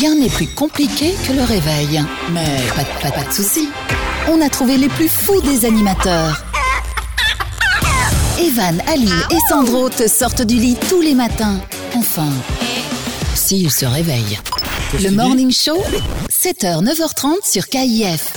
Rien n'est plus compliqué que le réveil. Mais pas de soucis. On a trouvé les plus fous des animateurs. Evan, Aline et Sandro te sortent du lit tous les matins. Enfin, s'ils se réveillent. Le Morning Show, 7h, 9h30 sur KIF.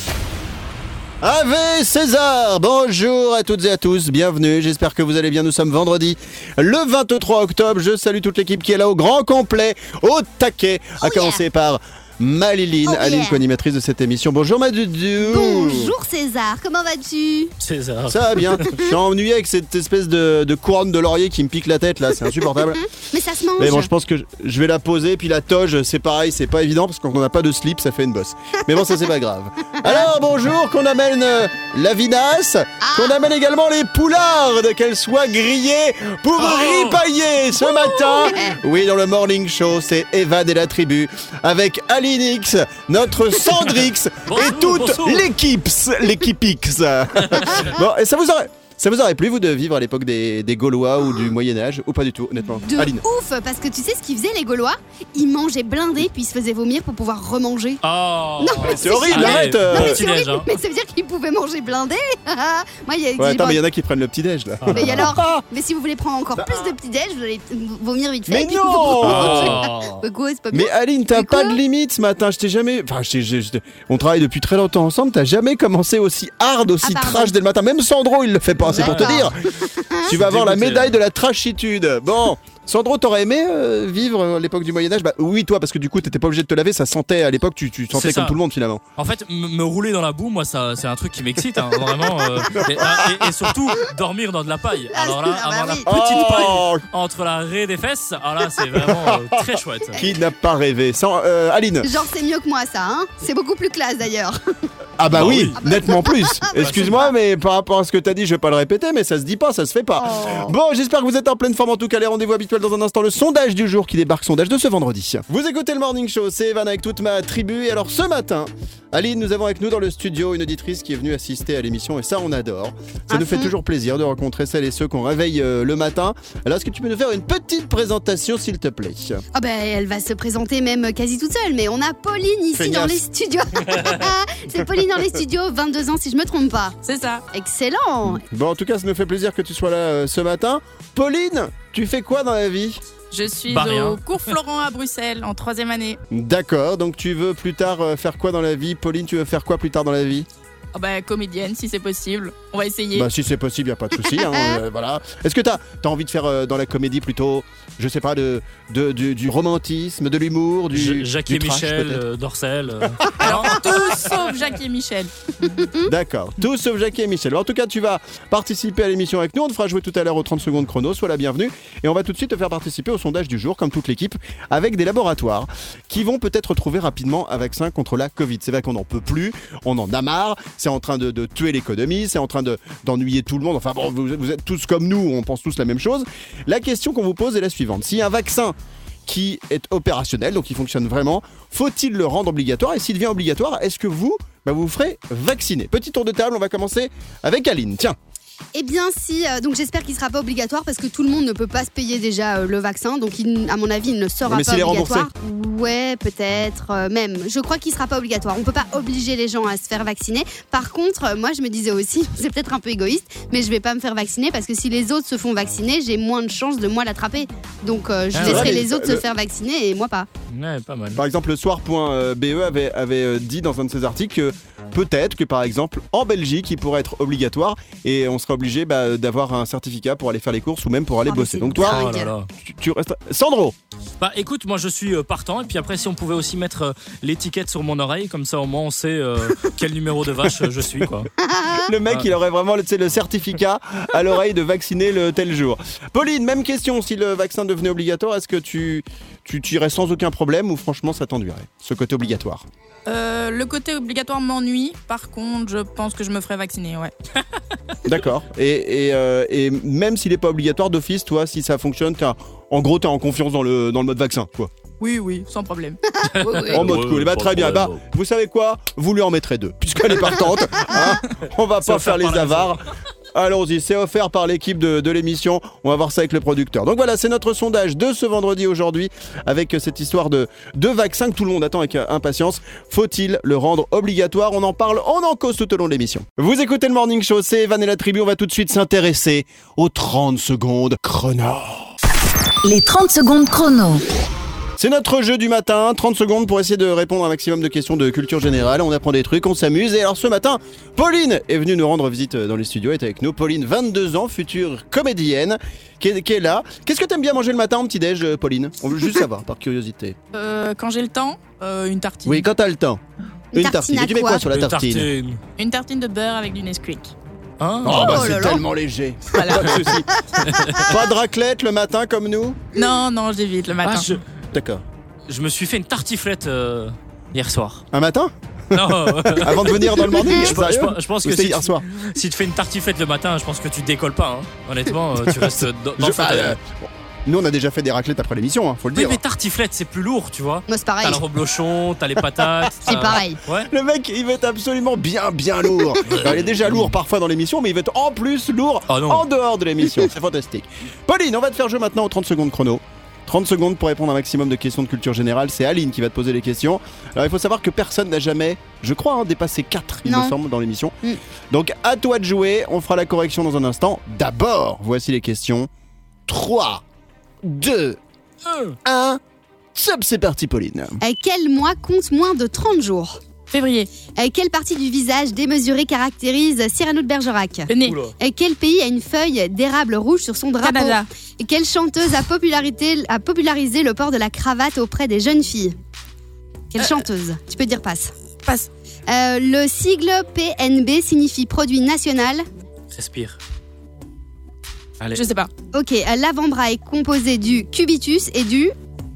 Ave César, bonjour à toutes et à tous, bienvenue, j'espère que vous allez bien, nous sommes vendredi le 23 octobre, je salue toute l'équipe qui est là au grand complet, au taquet, à commencer par Maliline, Aline, co-animatrice de cette émission. Bonjour Madoudou. Bonjour César, comment vas-tu? César. Ça va bien, je suis ennuyé avec cette espèce de couronne de laurier qui me pique la tête là, c'est insupportable. Mais ça se mange. Mais bon, je pense que je vais la poser, puis la toge, c'est pareil, c'est pas évident parce qu'on n'a pas de slip, ça fait une bosse. Mais bon, ça c'est pas grave. Alors bonjour, qu'on amène la vinasse, qu'on amène également les poulardes, qu'elles soient grillées pour ripailler ce matin. Oui, dans le Morning Show, c'est Evan et la tribu, avec Aline X, notre Sandrix et toute l'équipe X. Bon, et ça vous aurait plu, vous, de vivre à l'époque des Gaulois ou du Moyen-Âge, ou pas du tout, honnêtement? De Aline. ouf, parce que tu sais ce qu'ils faisaient les Gaulois? Ils mangeaient blindés puis ils se faisaient vomir pour pouvoir remanger. Oh, non, c'est horrible, arrête. Non, mais c'est petit-déj, horrible, mais ça veut dire qu'ils pouvaient manger blindés. Moi, Attends, mais il y en a qui prennent le petit-déj là. Mais alors, mais si vous voulez prendre encore plus de petit-déj, vous allez vomir vite fait. Mais et puis non vous quoi, c'est pas bien. Mais Aline, t'as pas de limite ce matin, je t'ai jamais... Enfin, on travaille depuis très longtemps ensemble, t'as jamais commencé aussi hard, aussi trash dès le matin. Même Sandro, il le fait pas, c'est pour te dire. Tu vas avoir la médaille de la trashitude. Bon, Sandro, t'aurais aimé vivre à l'époque du Moyen-Âge? Bah oui, toi, parce que du coup, t'étais pas obligé de te laver, ça sentait à l'époque, tu sentais comme tout le monde finalement. En fait, me rouler dans la boue, moi, ça, c'est un truc qui m'excite, hein, vraiment. Et surtout, dormir dans de la paille. Alors là, avoir la petite paille entre la raie des fesses, alors là, c'est vraiment très chouette. Qui n'a pas rêvé? Aline. Genre, c'est mieux que moi, ça, hein? C'est beaucoup plus classe d'ailleurs. Ah bah oui, nettement plus. Excuse-moi, mais par rapport à ce que t'as dit, je vais pas le répéter, mais ça se dit pas, ça se fait pas. Bon, j'espère que vous êtes en pleine forme. En tout cas, les rendez-vous habituels dans un instant. Le sondage du jour qui débarque, sondage de ce vendredi. Vous écoutez le Morning Show, c'est Evan avec toute ma tribu. Et alors ce matin, Aline, nous avons avec nous dans le studio une auditrice qui est venue assister à l'émission et ça, on adore. Ça nous fait toujours plaisir de rencontrer celles et ceux qu'on réveille le matin. Alors, est-ce que tu peux nous faire une petite présentation, s'il te plaît? Ah bah, elle va se présenter même quasi toute seule, mais on a Pauline ici dans les studios. C'est Pauline dans les studios, 22 ans si je me trompe pas. C'est ça. Excellent. Bon, en tout cas, ça nous fait plaisir que tu sois là ce matin. Pauline, tu fais quoi dans la vie? Je suis au cours Florent à Bruxelles en 3e année. D'accord, donc tu veux plus tard faire quoi dans la vie? Pauline, tu veux faire quoi plus tard dans la vie? Oh bah, comédienne si c'est possible, on va essayer. Bah si c'est possible, y a pas de souci. Voilà. Est-ce que t'as envie de faire dans la comédie plutôt, je sais pas, du romantisme, de l'humour, du Jackie du trash, Michel, Dorcel. Alors tout sauf Jackie et Michel. D'accord, tout sauf Jackie et Michel. En tout cas, tu vas participer à l'émission avec nous. On te fera jouer tout à l'heure aux 30 secondes chrono. Sois la bienvenue. Et on va tout de suite te faire participer au sondage du jour, comme toute l'équipe, avec des laboratoires qui vont peut-être trouver rapidement un vaccin contre la Covid. C'est vrai qu'on n'en peut plus, on en a marre. C'est en train de tuer l'économie, c'est en train d'ennuyer tout le monde. Enfin bon, vous êtes tous comme nous, on pense tous la même chose. La question qu'on vous pose est la suivante. S'il y a un vaccin qui est opérationnel, donc qui fonctionne vraiment, faut-il le rendre obligatoire? Et s'il devient obligatoire, est-ce que vous vous ferez vacciner? Petit tour de table, on va commencer avec Aline. Tiens. Eh bien si, donc j'espère qu'il ne sera pas obligatoire parce que tout le monde ne peut pas se payer déjà le vaccin, donc à mon avis il ne sera pas obligatoire. Ouais, peut-être, même. Je crois qu'il ne sera pas obligatoire. On ne peut pas obliger les gens à se faire vacciner. Par contre, moi je me disais aussi, c'est peut-être un peu égoïste, mais je ne vais pas me faire vacciner parce que si les autres se font vacciner, j'ai moins de chances de moi l'attraper. Donc je laisserai les autres se faire vacciner et moi pas. Ouais, pas mal. Par exemple, le soir.be avait dit dans un de ses articles que peut-être que par exemple en Belgique il pourrait être obligatoire et on sera obligé d'avoir un certificat pour aller faire les courses ou même pour aller bosser. Donc toi, tu restes... Sandro. Bah écoute, moi je suis partant et puis après si on pouvait aussi mettre l'étiquette sur mon oreille, comme ça au moins on sait quel numéro de vache je suis quoi. Le mec il aurait vraiment le certificat à l'oreille de vacciner le tel jour. Pauline, même question, si le vaccin devenait obligatoire, est-ce que tu irais sans aucun problème ou franchement ça t'ennuierait, ce côté obligatoire? Le côté obligatoire m'ennuie, par contre je pense que je me ferai vacciner, ouais. D'accord, et même s'il n'est pas obligatoire d'office, toi si ça fonctionne, t'es en confiance dans le mode vaccin quoi. Oui, sans problème. En mode cool. Très bien. Vous savez quoi? Vous lui en mettrez 2, puisqu'elle est partante. On va pas faire les avares. Allons-y, c'est offert par l'équipe de l'émission. On va voir ça avec le producteur. Donc voilà, c'est notre sondage de ce vendredi aujourd'hui avec cette histoire de vaccin que tout le monde attend avec impatience. Faut-il le rendre obligatoire ? On en parle, on en cause tout au long de l'émission. Vous écoutez le Morning Show, c'est Evan et la tribu. On va tout de suite s'intéresser aux 30 secondes chrono. Les 30 secondes chrono. C'est notre jeu du matin, 30 secondes pour essayer de répondre à un maximum de questions de culture générale. On apprend des trucs, on s'amuse. Et alors ce matin, Pauline est venue nous rendre visite dans les studios, elle est avec nous. Pauline, 22 ans, future comédienne, qui est là. Qu'est-ce que t'aimes bien manger le matin en petit-déj, Pauline ? On veut juste savoir, par curiosité. Quand j'ai le temps, une tartine. Oui, quand t'as le temps. Une tartine. Et tu mets quoi sur la tartine ? Une tartine de beurre avec du Nesquik. Hein ? C'est tellement léger. Voilà. Pas de souci. Pas de raclette le matin comme nous ? Non, j'évite le matin. D'accord. Je me suis fait une tartiflette hier soir. Un matin ? Non. Avant de venir dans le morning. Je pense que si hier soir. Si tu fais une tartiflette le matin, je pense que tu décolles pas. Hein. Honnêtement, tu restes dans Nous, on a déjà fait des raclettes après l'émission, faut le dire. Mais tartiflette, c'est plus lourd, tu vois. Moi, c'est pareil. T'as le reblochon, t'as les patates. C'est pareil. Ouais. Le mec, il va être absolument bien lourd. Alors, il est déjà lourd parfois dans l'émission, mais il va être en plus lourd en dehors de l'émission. C'est fantastique. Pauline, on va te faire jouer maintenant aux 30 secondes chrono. 30 secondes pour répondre à un maximum de questions de culture générale. C'est Aline qui va te poser les questions. Alors il faut savoir que personne n'a jamais, je crois, dépassé 4, il me semble, dans l'émission. Donc à toi de jouer, on fera la correction dans un instant. D'abord, voici les questions. 3, 2, 1, top, c'est parti Pauline. Quel mois compte moins de 30 jours ? Février. Quelle partie du visage démesuré caractérise Cyrano de Bergerac ? Le nez. Quel pays a une feuille d'érable rouge sur son drapeau ? Canada. Quelle chanteuse a popularisé le port de la cravate auprès des jeunes filles ? Quelle chanteuse ? Tu peux dire passe. Passe. Le sigle PNB signifie produit national. Respire. Allez. Je sais pas. Ok, l'avant-bras est composé du cubitus et du...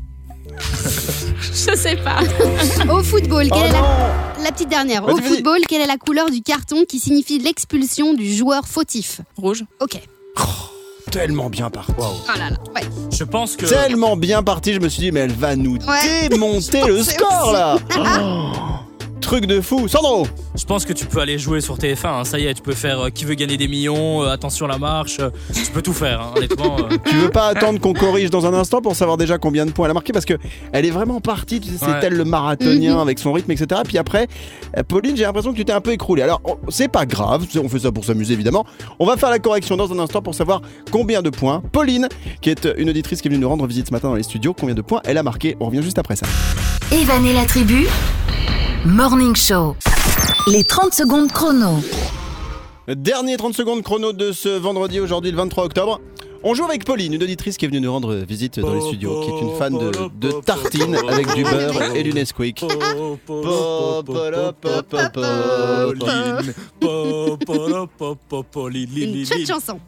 Je sais pas. Au football, quelle est la petite dernière. Au football, quelle est la couleur du carton qui signifie l'expulsion du joueur fautif ? Rouge. Ok. Tellement bien parti. Oh là là. Ouais. Je pense que... Tellement bien parti, je me suis dit, mais elle va nous démonter le score là. Truc de fou. Sandro. Je pense que tu peux aller jouer sur TF1, hein. Ça y est, tu peux faire Qui veut gagner des millions, Attention la marche, tu peux tout faire, hein, honnêtement. Tu veux pas attendre qu'on corrige dans un instant pour savoir déjà combien de points elle a marqué, parce que elle est vraiment partie, tu sais, c'est elle le marathonien avec son rythme, etc. Puis après, Pauline, j'ai l'impression que tu t'es un peu écroulée. Alors, c'est pas grave, on fait ça pour s'amuser évidemment. On va faire la correction dans un instant pour savoir combien de points Pauline, qui est une auditrice qui est venue nous rendre visite ce matin dans les studios, combien de points elle a marqué. On revient juste après ça. Evan et la tribu, Morning Show. Les 30 secondes chrono. Dernier 30 secondes chrono de ce vendredi, aujourd'hui le 23 octobre. On joue avec Pauline, une auditrice qui est venue nous rendre visite dans les studios, qui est une fan de tartines avec du beurre et du Nesquik. Une chouette chanson.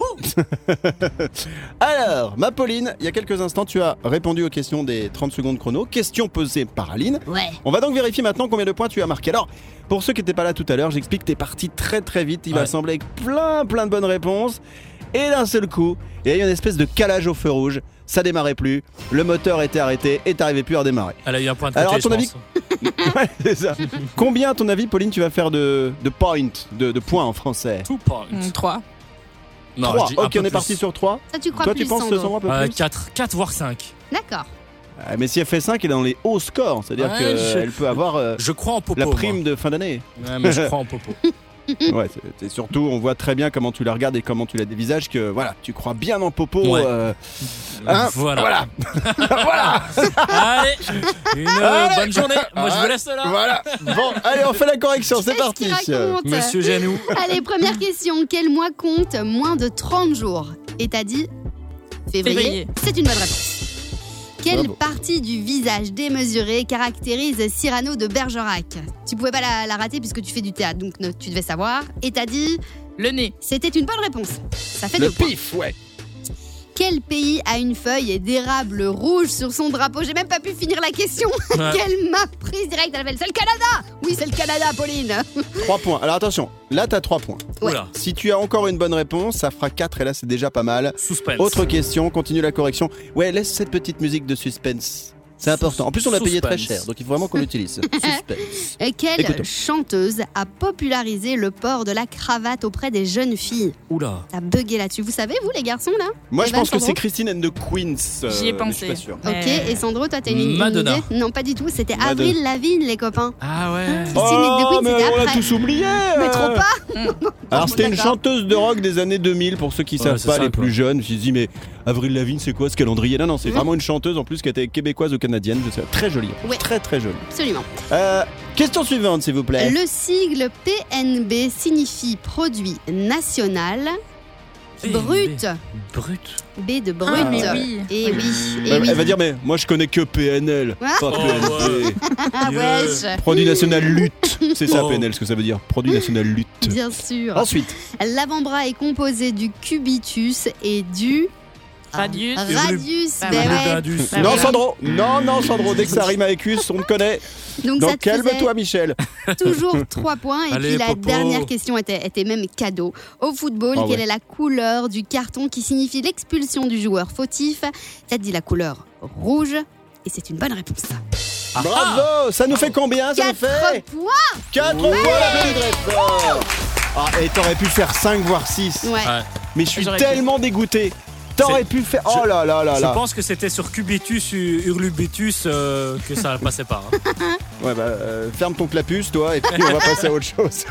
Alors, ma Pauline, il y a quelques instants, tu as répondu aux questions des 30 secondes chrono. Question posée par Aline. Ouais. On va donc vérifier maintenant combien de points tu as marqué. Alors, pour ceux qui n'étaient pas là tout à l'heure, j'explique que t'es parti très très vite. Il m'a semblé avec plein de bonnes réponses. Et d'un seul coup, il y a eu une espèce de calage au feu rouge. Ça démarrait plus, le moteur était arrêté et t'arrivais plus à redémarrer. Elle a eu un point de côté. Alors, à ton avis, pense. c'est ça. Combien, à ton avis, Pauline, tu vas faire de points, de points en français ? 2 points. 3. Non, 3. je dis un Ok, peu on est plus. parti sur 3. Ça, tu crois Toi, plus, tu penses Sandro. Sandro, un peu plus 4 voire 5. D'accord. Mais si elle fait 5, elle est dans les hauts scores. C'est-à-dire qu'elle peut avoir Je crois en popo. la prime moi. de fin d'année. Ouais, mais je crois en popo. Ouais, c'est surtout, on voit très bien comment tu la regardes et comment tu la dévisages que voilà, tu crois bien en popo. Ouais. Voilà. Voilà. Allez, une bonne journée. Moi, je vous laisse là. Voilà. Bon, allez, on fait la correction. C'est parti. Qu'est-ce qu'il raconte ? Monsieur Janou. Allez, première question. Quel mois compte moins de 30 jours ? Et t'as dit février. C'est une bonne réponse. Quelle Bravo. partie du visage démesuré caractérise Cyrano de Bergerac ? Tu pouvais pas la rater puisque tu fais du théâtre, donc tu devais savoir. Et t'as dit Le nez. c'était une bonne réponse. Ça fait Le 2 points. pif, ouais. Quel pays a une feuille d'érable rouge sur son drapeau ? J'ai même pas pu finir la question. Ouais. Quelle m'a prise direct à la belle ? C'est le Canada ! Oui, c'est le Canada, Pauline. 3 points. Alors attention, là t'as 3 points. Ouais. Oula. Si tu as encore une bonne réponse, ça fera 4 et là c'est déjà pas mal. Suspense. Autre question, continue la correction. Ouais, laisse cette petite musique de suspense. C'est important. En plus, on l'a payé très cher, donc il faut vraiment qu'on l'utilise. Suspense. Quelle chanteuse a popularisé le port de la cravate auprès des jeunes filles? Oula. T'as bugué là-dessus. Vous savez, vous, les garçons, là? Moi, je Evan, pense que Sandro c'est Christine and the Queens. J'y ai pensé. Je suis pas sûr. Ok, et Sandro, toi, t'as une Madonna. idée? Non, pas du tout. C'était Avril Lavigne, les copains. Ah ouais. Christine and the Queens, mais c'était on l'a après. tous oublié. Mais trop pas. Alors, c'était une D'accord. chanteuse de rock des années 2000, pour ceux qui Ouais, savent c'est pas, ça, les quoi. plus jeunes. Je me suis dit, mais Avril Lavigne, c'est quoi ce calendrier? Non, c'est vraiment une chanteuse en plus qui était québécoise ou canadienne. Je sais, très jolie. Ouais. Très, très jolie. Absolument. Question suivante, s'il vous plaît. Le sigle PNB signifie produit national brut. Brut. B de brut. Ah, mais oui. Et oui. Et Elle oui. va dire, mais moi je connais que PNL, Ah. pas PNB. Ah, wesh. Produit national lutte. C'est ça, Oh. PNL, ce que ça veut dire. Produit national lutte. Bien sûr. Ensuite, L'avant-bras est composé du cubitus et du Radius. radius. Bah, Ben ouais. Radius. Bah, non, voilà. Sandro. Non, Sandro. Dès que ça rime avec us, on te connaît. Donc ça Donc te faisait calme-toi, Michel. toujours 3 points. Et Allez, puis la Popo. dernière question était même cadeau. Au football, Ah quelle ouais. est la couleur du carton qui signifie l'expulsion du joueur fautif? T'as dit la couleur rouge. Et c'est une bonne réponse. Ah, Bravo. Ça nous fait combien? Ça nous 4 fait points. 4 points, la petite réforme. Ah, et t'aurais pu faire 5 voire 6. Ouais. Ouais. Mais je suis J'aurais tellement dégoûté. T'aurais pu faire. Oh là là là Je là. pense que c'était sur Cubitus Hurlubitus que ça passait pas. Hein. Ouais, bah, ferme ton clapus, toi, et puis on va passer à autre chose.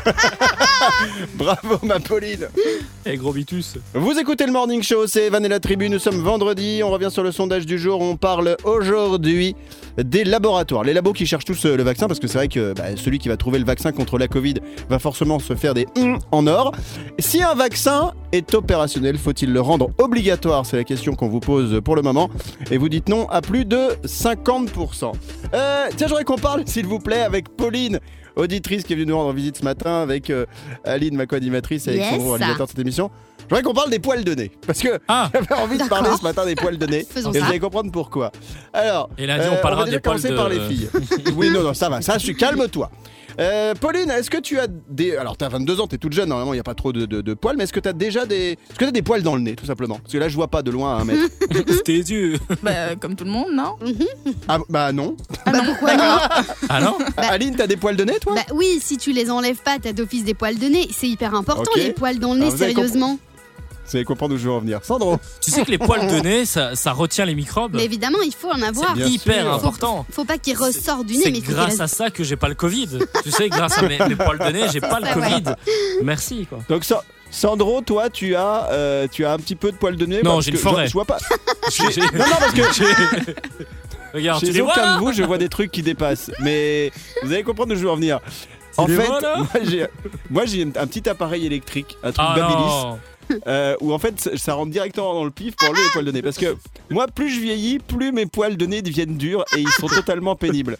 Bravo, ma Pauline. Et gros bitus. Vous écoutez le Morning Show, c'est Evan et la tribu. Nous sommes vendredi. On revient sur le sondage du jour. On parle aujourd'hui des laboratoires. Les labos qui cherchent tous le vaccin, parce que c'est vrai que celui qui va trouver le vaccin contre la Covid va forcément se faire des en or. Si un vaccin est opérationnel, faut-il le rendre obligatoire? C'est la question qu'on vous pose pour le moment. Et vous dites non à plus de 50%. Tiens, j'aurais qu'on parle, s'il vous plaît, avec Pauline, auditrice qui est venue nous rendre visite ce matin, avec Aline, ma co-animatrice, et Yes. Alexandre, réalisateur de cette émission. J'aimerais qu'on parle des poils de nez. Parce que j'avais envie de parler ce matin des poils de nez. Faisons et vous ça. allez comprendre pourquoi. Alors, Et lundi, on parlera va déjà des poils commencer de- par les filles. Oui, non, ça va. Ça, calme-toi. Pauline, est-ce que tu as des... Alors, t'as 22 ans, t'es toute jeune, normalement, il n'y a pas trop de poils, mais est-ce que t'as déjà des... Est-ce que t'as des poils dans le nez, tout simplement? Parce que là, je vois pas de loin à 1 mètre. Tes yeux. Bah, comme tout le monde, non? Ah, bah non. Bah pourquoi non? Ah non? Aline, t'as des poils de nez, toi? Bah oui, si tu les enlèves pas, t'as d'office des poils de nez. C'est hyper important, Ok. les poils dans le nez, Alors, vous avez sérieusement. Vous allez comprendre où je veux en venir. Sandro. Tu sais que les poils de nez, ça retient les microbes. Mais évidemment, il faut en avoir. bien Hyper sûr. important. Faut pas qu'ils ressortent du nez, C'est mais faut grâce qu'ils à ça que j'ai pas le Covid. Tu sais, grâce à mes poils de nez, j'ai pas le ça, ouais. Covid. Merci quoi. Donc, Sandro, toi, tu as un petit peu de poils de nez? Non, Parce j'ai une que forêt. Je vois pas. J'ai- Non, parce que Regarde, tu chez les vois aucun là de vous, je vois des trucs qui dépassent. Mais vous allez comprendre où je veux en venir. En les fait, vois, là moi j'ai un petit appareil électrique, un truc Ah Babyliss, non. où en fait ça rentre directement dans le pif pour enlever les poils de nez. Parce que moi, plus je vieillis, plus mes poils de nez deviennent durs et ils sont totalement pénibles.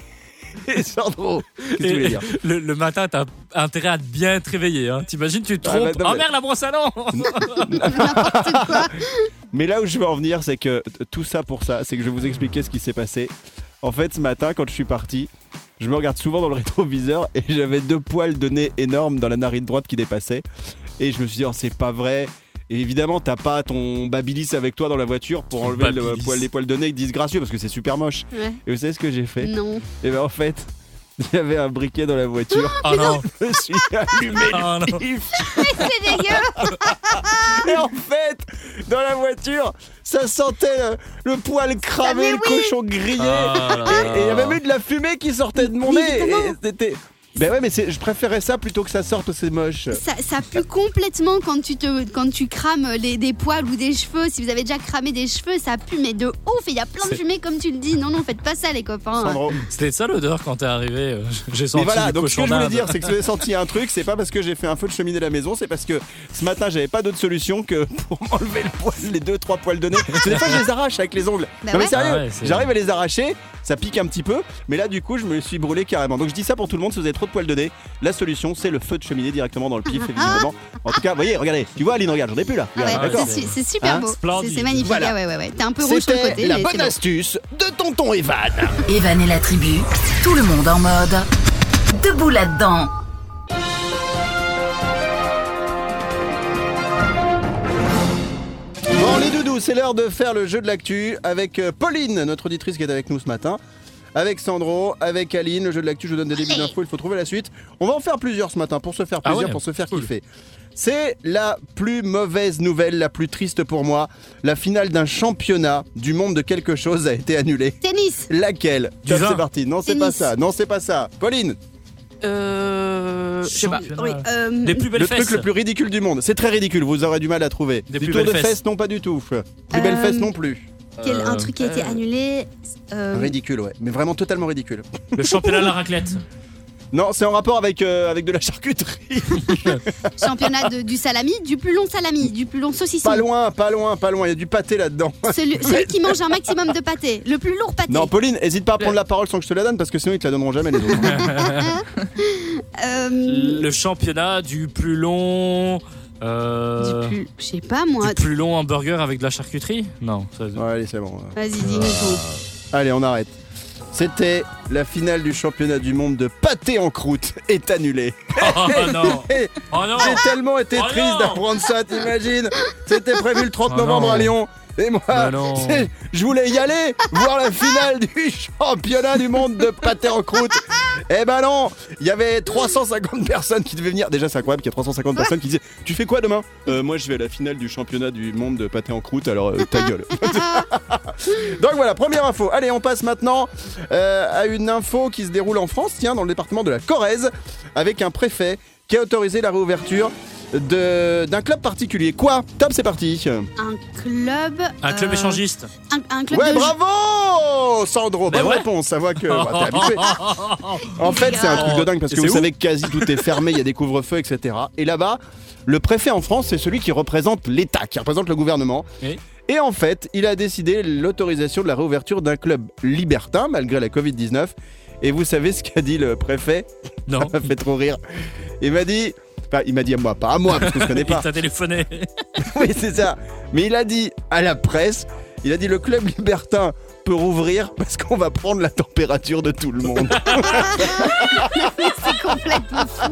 Et Sandro, qu'est-ce que tu voulais dire? Le matin, t'as intérêt à bien te réveiller. Hein. T'imagines, tu te Ah, bah, trompes. non, Oh mais- merde, la brosse à dents. n'importe quoi. Mais là où je veux en venir, c'est que tout ça pour ça, c'est que je vais vous expliquer ce qui s'est passé. En fait, ce matin, quand je suis parti, je me regarde souvent dans le rétroviseur et j'avais 2 poils de nez énormes dans la narine droite qui dépassaient. Et je me suis dit, oh, c'est pas vrai. Et évidemment, t'as pas ton Babyliss avec toi dans la voiture pour enlever les poils de nez disgracieux parce que c'est super moche. Ouais. Et vous savez ce que j'ai fait? Non. Et ben en fait, il y avait un briquet dans la voiture. Oh non. Je me suis allumé Oh le non. pif. C'est dégueu. Et en fait, dans la voiture, ça sentait le poil cramé, mais le oui. cochon grillé. Ah là là. Et il y avait même de la fumée qui sortait de mon Mais nez. évidemment. Et c'était... Ben ouais, mais je préférais ça plutôt que ça sorte, c'est moche. Ça pue complètement quand tu crames des poils ou des cheveux. Si vous avez déjà cramé des cheveux, ça pue, mais de ouf. Il y a plein de fumée, comme tu le dis. Non, faites pas ça, les copains. Sandro. C'était ça l'odeur quand t'es arrivé. J'ai Mais senti voilà, du donc ce que je voulais cochonnade. dire, c'est que si vous avez senti un truc, c'est pas parce que j'ai fait un feu de cheminée à la maison, c'est parce que ce matin, j'avais pas d'autre solution que pour m'enlever le poil, les 2-3 poils de nez. Parce que des fois, je les arrache avec les ongles. Bah non mais ouais. sérieux, Ah ouais, c'est- j'arrive à les arracher, ça pique un petit peu, mais là du coup, je me suis brûlé carrément. Donc je dis ça pour tout le monde, si vous avez trop de poils de nez, la solution, c'est le feu de cheminée directement dans le pif, évidemment. En tout cas, vous voyez, regardez, tu vois Aline, regarde, j'en ai plus là. Ah ouais, Regarde, d'accord. c'est super Hein, beau. splendide. C'est magnifique. Voilà. Ah ouais. T'es un peu rouge sur le C'était côté, la mais bonne c'est bon. astuce de tonton Evan. Evan et la tribu, tout le monde en mode debout là-dedans. Bon, les Doudou, c'est l'heure de faire le jeu de l'actu avec Pauline, notre auditrice qui est avec nous ce matin. Avec Sandro, avec Aline, le jeu de l'actu, je vous donne des débuts d'infos, il faut trouver la suite. On va en faire plusieurs ce matin pour se faire plaisir, pour se faire kiffer. C'est la plus mauvaise nouvelle, la plus triste pour moi. La finale d'un championnat du monde de quelque chose a été annulée. Tennis. Laquelle ? C'est parti. Non, c'est pas ça. Non, c'est pas ça. Pauline. Je sais pas. Oui, Les plus belles le fesses. truc le plus ridicule du monde. C'est très ridicule, vous aurez du mal à trouver. Du tour de fesses, non pas du tout. Plus belles fesses non plus. Un truc qui a été annulé. Ridicule, ouais. Mais vraiment totalement ridicule. Le championnat de la raclette. Non, c'est en rapport avec de la charcuterie. Championnat du salami, du plus long salami, du plus long saucisson. Pas loin. Il y a du pâté là-dedans. Celui qui mange un maximum de pâté. Le plus lourd pâté. Non, Pauline, hésite pas à prendre la parole sans que je te la donne parce que sinon ils te la donneront jamais les autres. Le championnat du plus long. Je sais pas moi. Du plus long hamburger avec de la charcuterie ? Non. Ouais, allez, c'est bon. Vas-y, dis-nous tout. Allez, on arrête. C'était la finale du championnat du monde de pâté en croûte est annulée. Oh non. J'ai tellement été triste d'apprendre ça, t'imagines ? C'était prévu le 30 novembre à Lyon. Et moi, je voulais y aller, voir la finale du championnat du monde de pâté en croûte. Eh ben non, il y avait 350 personnes qui devaient venir. Déjà, c'est incroyable qu'il y a 350 personnes qui disaient « Tu fais quoi demain ?» Moi, je vais à la finale du championnat du monde de pâté en croûte, alors ta gueule. Donc voilà, première info. Allez, on passe maintenant à une info qui se déroule en France, tiens, dans le département de la Corrèze, avec un préfet qui a autorisé la réouverture d'un club particulier. Quoi ? Top, c'est parti. Un club échangiste. Un club ouais, bravo Sandro, bonne réponse. Ça voit que t'es habitué. En fait, c'est un truc de dingue parce que vous savez que quasi tout est fermé, il y a des couvre-feux, etc. Et là-bas, le préfet en France, c'est celui qui représente l'État, qui représente le gouvernement. Oui. Et en fait, il a décidé l'autorisation de la réouverture d'un club libertin, malgré la Covid-19. Et vous savez ce qu'a dit le préfet ? Non. Ça m'a fait trop rire. Il m'a dit à moi, pas à moi, parce que je connais pas. Il t'a téléphoné. Oui, c'est ça. Mais il a dit à la presse, le club libertin peut rouvrir parce qu'on va prendre la température de tout le monde. C'est complètement fou.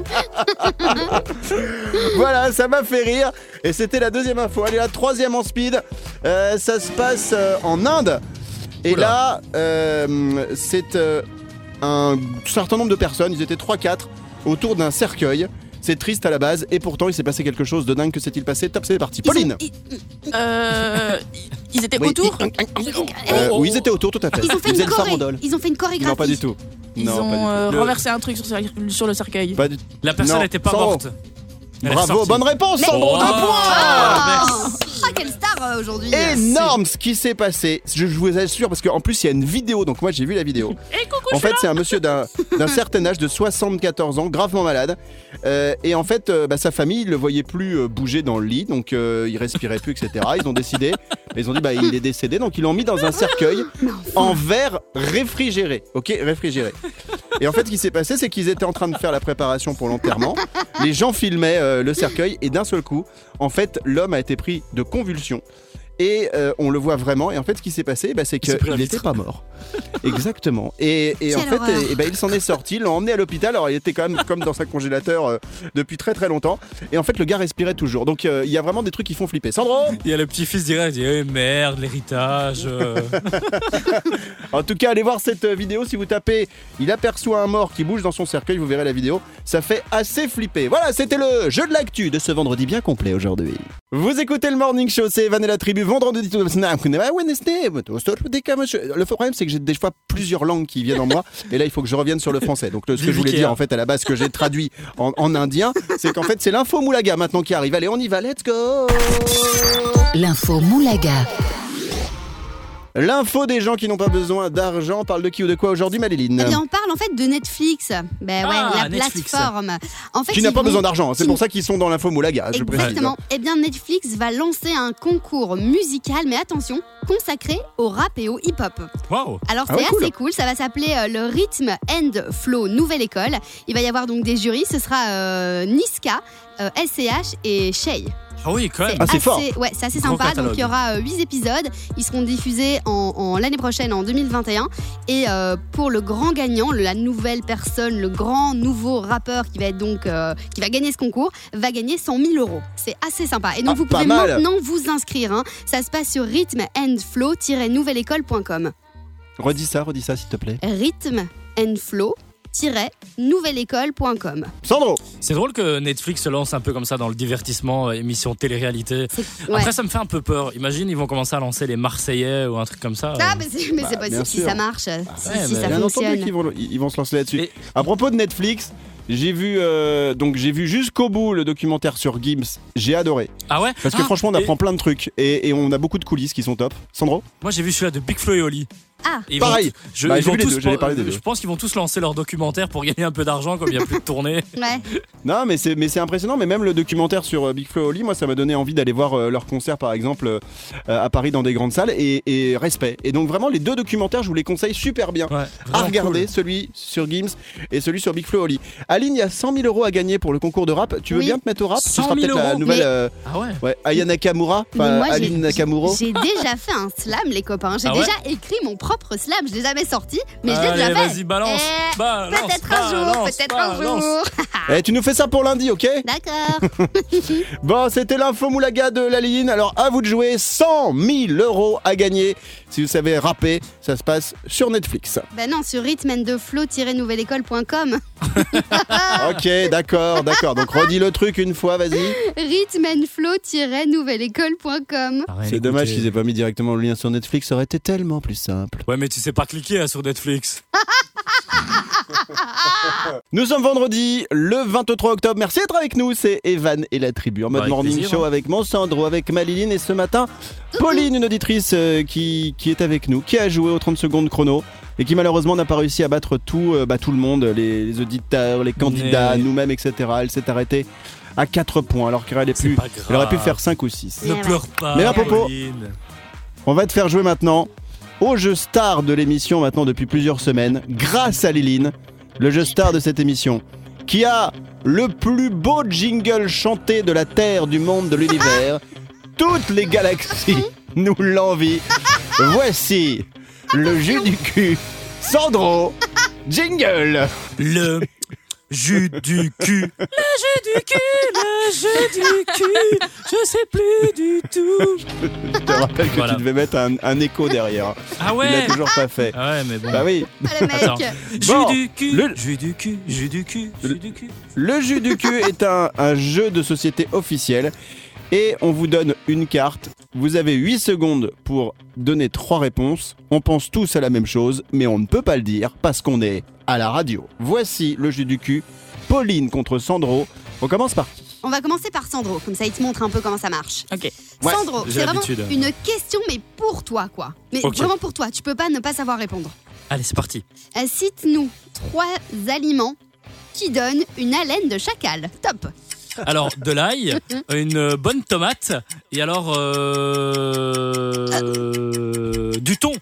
Voilà, ça m'a fait rire. Et c'était la deuxième info. Allez, la troisième en speed. Ça se passe en Inde. Et là, c'est un certain nombre de personnes, ils étaient 3-4, autour d'un cercueil. C'est triste à la base, et pourtant il s'est passé quelque chose de dingue. Que s'est-il passé ? Top, c'est parti. Pauline. Ils étaient autour. Oui, ils étaient autour, tout à fait. Ils ont fait une chorégraphie. Non, pas du tout. Ils ont renversé un truc sur le cercueil. Pas du... La personne n'était pas morte. Bravo, bonne réponse, Sandro, 2 points. Quelle star aujourd'hui. Énorme ce qui s'est passé. Je vous assure, parce qu'en plus il y a une vidéo, donc moi j'ai vu la vidéo. En fait, c'est un monsieur d'un certain âge, de 74 ans, gravement malade. Et en fait, sa famille ne le voyait plus bouger dans le lit, donc il respirait plus, etc. Ils ont décidé, ils ont dit il est décédé, donc ils l'ont mis dans un cercueil en verre réfrigéré. Ok, réfrigéré. Et en fait, ce qui s'est passé, c'est qu'ils étaient en train de faire la préparation pour l'enterrement. Les gens filmaient le cercueil et d'un seul coup, en fait, l'homme a été pris de convulsions. Et on le voit vraiment. Et en fait, ce qui s'est passé, c'est qu'il n'était pas mort. Exactement. Et en fait, il s'en est sorti. Ils l'ont emmené à l'hôpital. Alors, il était quand même comme dans un congélateur depuis très très longtemps. Et en fait, le gars respirait toujours. Donc, il y a vraiment des trucs qui font flipper. Sandro ? Il y a le petit-fils direct. Il dit merde, l'héritage. En tout cas, allez voir cette vidéo. Si vous tapez « Il aperçoit un mort qui bouge dans son cercueil », vous verrez la vidéo. Ça fait assez flipper. Voilà, c'était le jeu de l'actu de ce vendredi bien complet aujourd'hui. Vous écoutez le Morning Show, c'est Evan et la tribu. Vendredi tout. Le problème, c'est que j'ai des fois plusieurs langues qui viennent en moi. Et là, il faut que je revienne sur le français. Donc, ce que je voulais dire, en fait, à la base, que j'ai traduit en indien, c'est qu'en fait, c'est l'info Moulaga maintenant qui arrive. Allez, on y va, let's go! L'info Moulaga. L'info des gens qui n'ont pas besoin d'argent. On parle de qui ou de quoi aujourd'hui, Maléline ? Eh bien, on parle en fait de Netflix. La Netflix. plateforme. En fait, qui n'a pas besoin d'argent. C'est pour ça qu'ils sont dans l'info Moulaga. Exactement. Eh bien, Netflix va lancer un concours musical, mais attention, consacré au rap et au hip-hop. Wow. Alors, c'est assez cool. Ça va s'appeler le Rhythm and Flow Nouvelle École. Il va y avoir donc des jurys. Ce sera Niska, SCH et Shay. Ah oui, quand même. C'est fort. Ouais, c'est assez sympa. Donc il y aura 8 épisodes. Ils seront diffusés l'année prochaine, en 2021. Et pour le grand gagnant, la nouvelle personne, le grand nouveau rappeur qui va être donc qui va gagner ce concours, va gagner 100 000 €. C'est assez sympa. Et donc vous pouvez maintenant vous inscrire. Ça se passe sur rhythmandflow-nouvelleécole.com. Redis ça s'il te plaît. rhythmandflow-nouvelleécole.com. Sandro. C'est drôle que Netflix se lance un peu comme ça dans le divertissement, émission télé-réalité. Après, ça me fait un peu peur. Imagine, ils vont commencer à lancer les Marseillais ou un truc comme ça. Mais c'est possible si ça marche, si ça fonctionne. Ils vont se lancer là-dessus. À propos de Netflix, j'ai vu jusqu'au bout le documentaire sur Gims. J'ai adoré. Ah ouais? Parce que franchement, on apprend plein de trucs et on a beaucoup de coulisses qui sont top. Sandro? Moi, j'ai vu celui-là de Big Flo et Oli. Pareil. J'allais parler des deux. Je pense qu'ils vont tous lancer leur documentaire pour gagner un peu d'argent comme il n'y a plus de tournée. Ouais. Non, mais c'est impressionnant. Mais même le documentaire sur Big Flo et Oli, moi, ça m'a donné envie d'aller voir leur concert, par exemple, à Paris dans des grandes salles. Et respect. Et donc vraiment, les deux documentaires, je vous les conseille super bien à regarder. Cool. Celui sur Gims et celui sur Big Flo et Oli. Aline, il y a 100 000 € à gagner pour le concours de rap. Tu veux bien te mettre au rap? 100 000 € Tu seras peut-être la nouvelle Aya Nakamura. Aline Nakamura. J'ai déjà fait un slam, les copains. J'ai déjà écrit mon propre slam. Je l'ai jamais sorti, mais je l'ai déjà fait. Vas-y, balance. Peut-être un jour. Tu nous fais ça pour lundi, ok? D'accord. Bon, c'était l'info moulaga de Laline. Alors, à vous de jouer. 100 000 € à gagner. Si vous savez rapper, ça se passe sur Netflix. Non, sur rhythmandflow-nouvelleécole.com. Ok, d'accord. Donc, redis le truc une fois, vas-y. rhythmandflow-nouvelleécole.com. C'est dommage qu'ils aient pas mis directement le lien sur Netflix. Ça aurait été tellement plus simple. Ouais, mais tu sais pas cliquer sur Netflix. Nous sommes vendredi, le 23 octobre. Merci d'être avec nous. C'est Evan et la tribu en mode morning show avec mon Sandro, avec Maliline et ce matin, Pauline, une auditrice qui est avec nous, qui a joué aux 30 secondes chrono et qui malheureusement n'a pas réussi à battre tout le monde, les auditeurs, les candidats, nous-mêmes, etc. Elle s'est arrêtée à 4 points alors qu'elle aurait pu faire 5 ou 6. Ne pleure pas. Mais à propos, on va te faire jouer maintenant au jeu star de l'émission maintenant depuis plusieurs semaines, grâce à Liline, le jeu star de cette émission, qui a le plus beau jingle chanté de la Terre, du monde, de l'univers. Toutes les galaxies nous l'envient. Voici le jus du cul. Sandro, jingle. Le jus du cul. Le jus du cul, le jus du cul. Je sais plus du tout. Je te rappelle que tu devais mettre un écho derrière. Ah ouais. Il l'a toujours pas fait. Ah ouais, mais bon. Bah oui. Le mec. Jus du cul. Jus du cul. Jus du cul. Jus du cul. Le jus du cul est un jeu de société officiel. Et on vous donne une carte. Vous avez 8 secondes pour donner 3 réponses. On pense tous à la même chose, mais on ne peut pas le dire parce qu'on est à la radio. Voici le jeu du cul. Pauline contre Sandro. On commence par qui? On va commencer par Sandro, comme ça il te montre un peu comment ça marche. Ok. Sandro, c'est vraiment une question, mais pour toi, quoi. Mais vraiment pour toi, tu peux pas ne pas savoir répondre. Allez, c'est parti. Cite-nous 3 aliments qui donnent une haleine de chacal. Top. Alors, de l'ail, une bonne tomate, et alors du thon.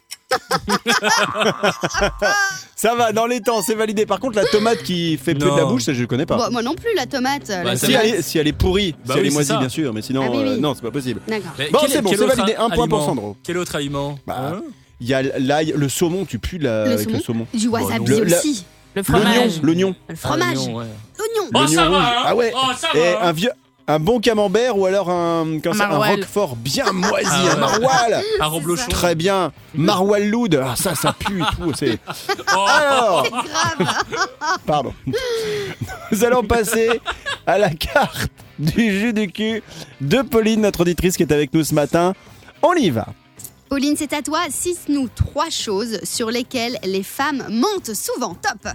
Ça va, dans les temps, c'est validé. Par contre, la tomate qui fait puer de la bouche, ça je connais pas. Bon, moi non plus, la tomate. Si elle est pourrie, si elle est moisie, bien sûr, mais sinon, non, c'est pas possible. D'accord. Bon, c'est validé. Un point pour Sandro. Quel autre aliment? Il y a l'ail, le saumon, tu pues avec le saumon. Du wasabi aussi. Le fromage. L'oignon. Le fromage. L'oignon. Oh, ça va, hein. Ah ouais. Oh, ça et va. un bon camembert ou alors un roquefort bien moisi, un maroilles. Un reblochon. Très bien. Maroilles loud. Ah, ça pue et tout. Alors. C'est grave. Pardon. Nous allons passer à la carte du jus du cul de Pauline, notre auditrice qui est avec nous ce matin. On y va. Pauline, c'est à toi. Cite-nous 3 choses sur lesquelles les femmes mentent souvent. Top.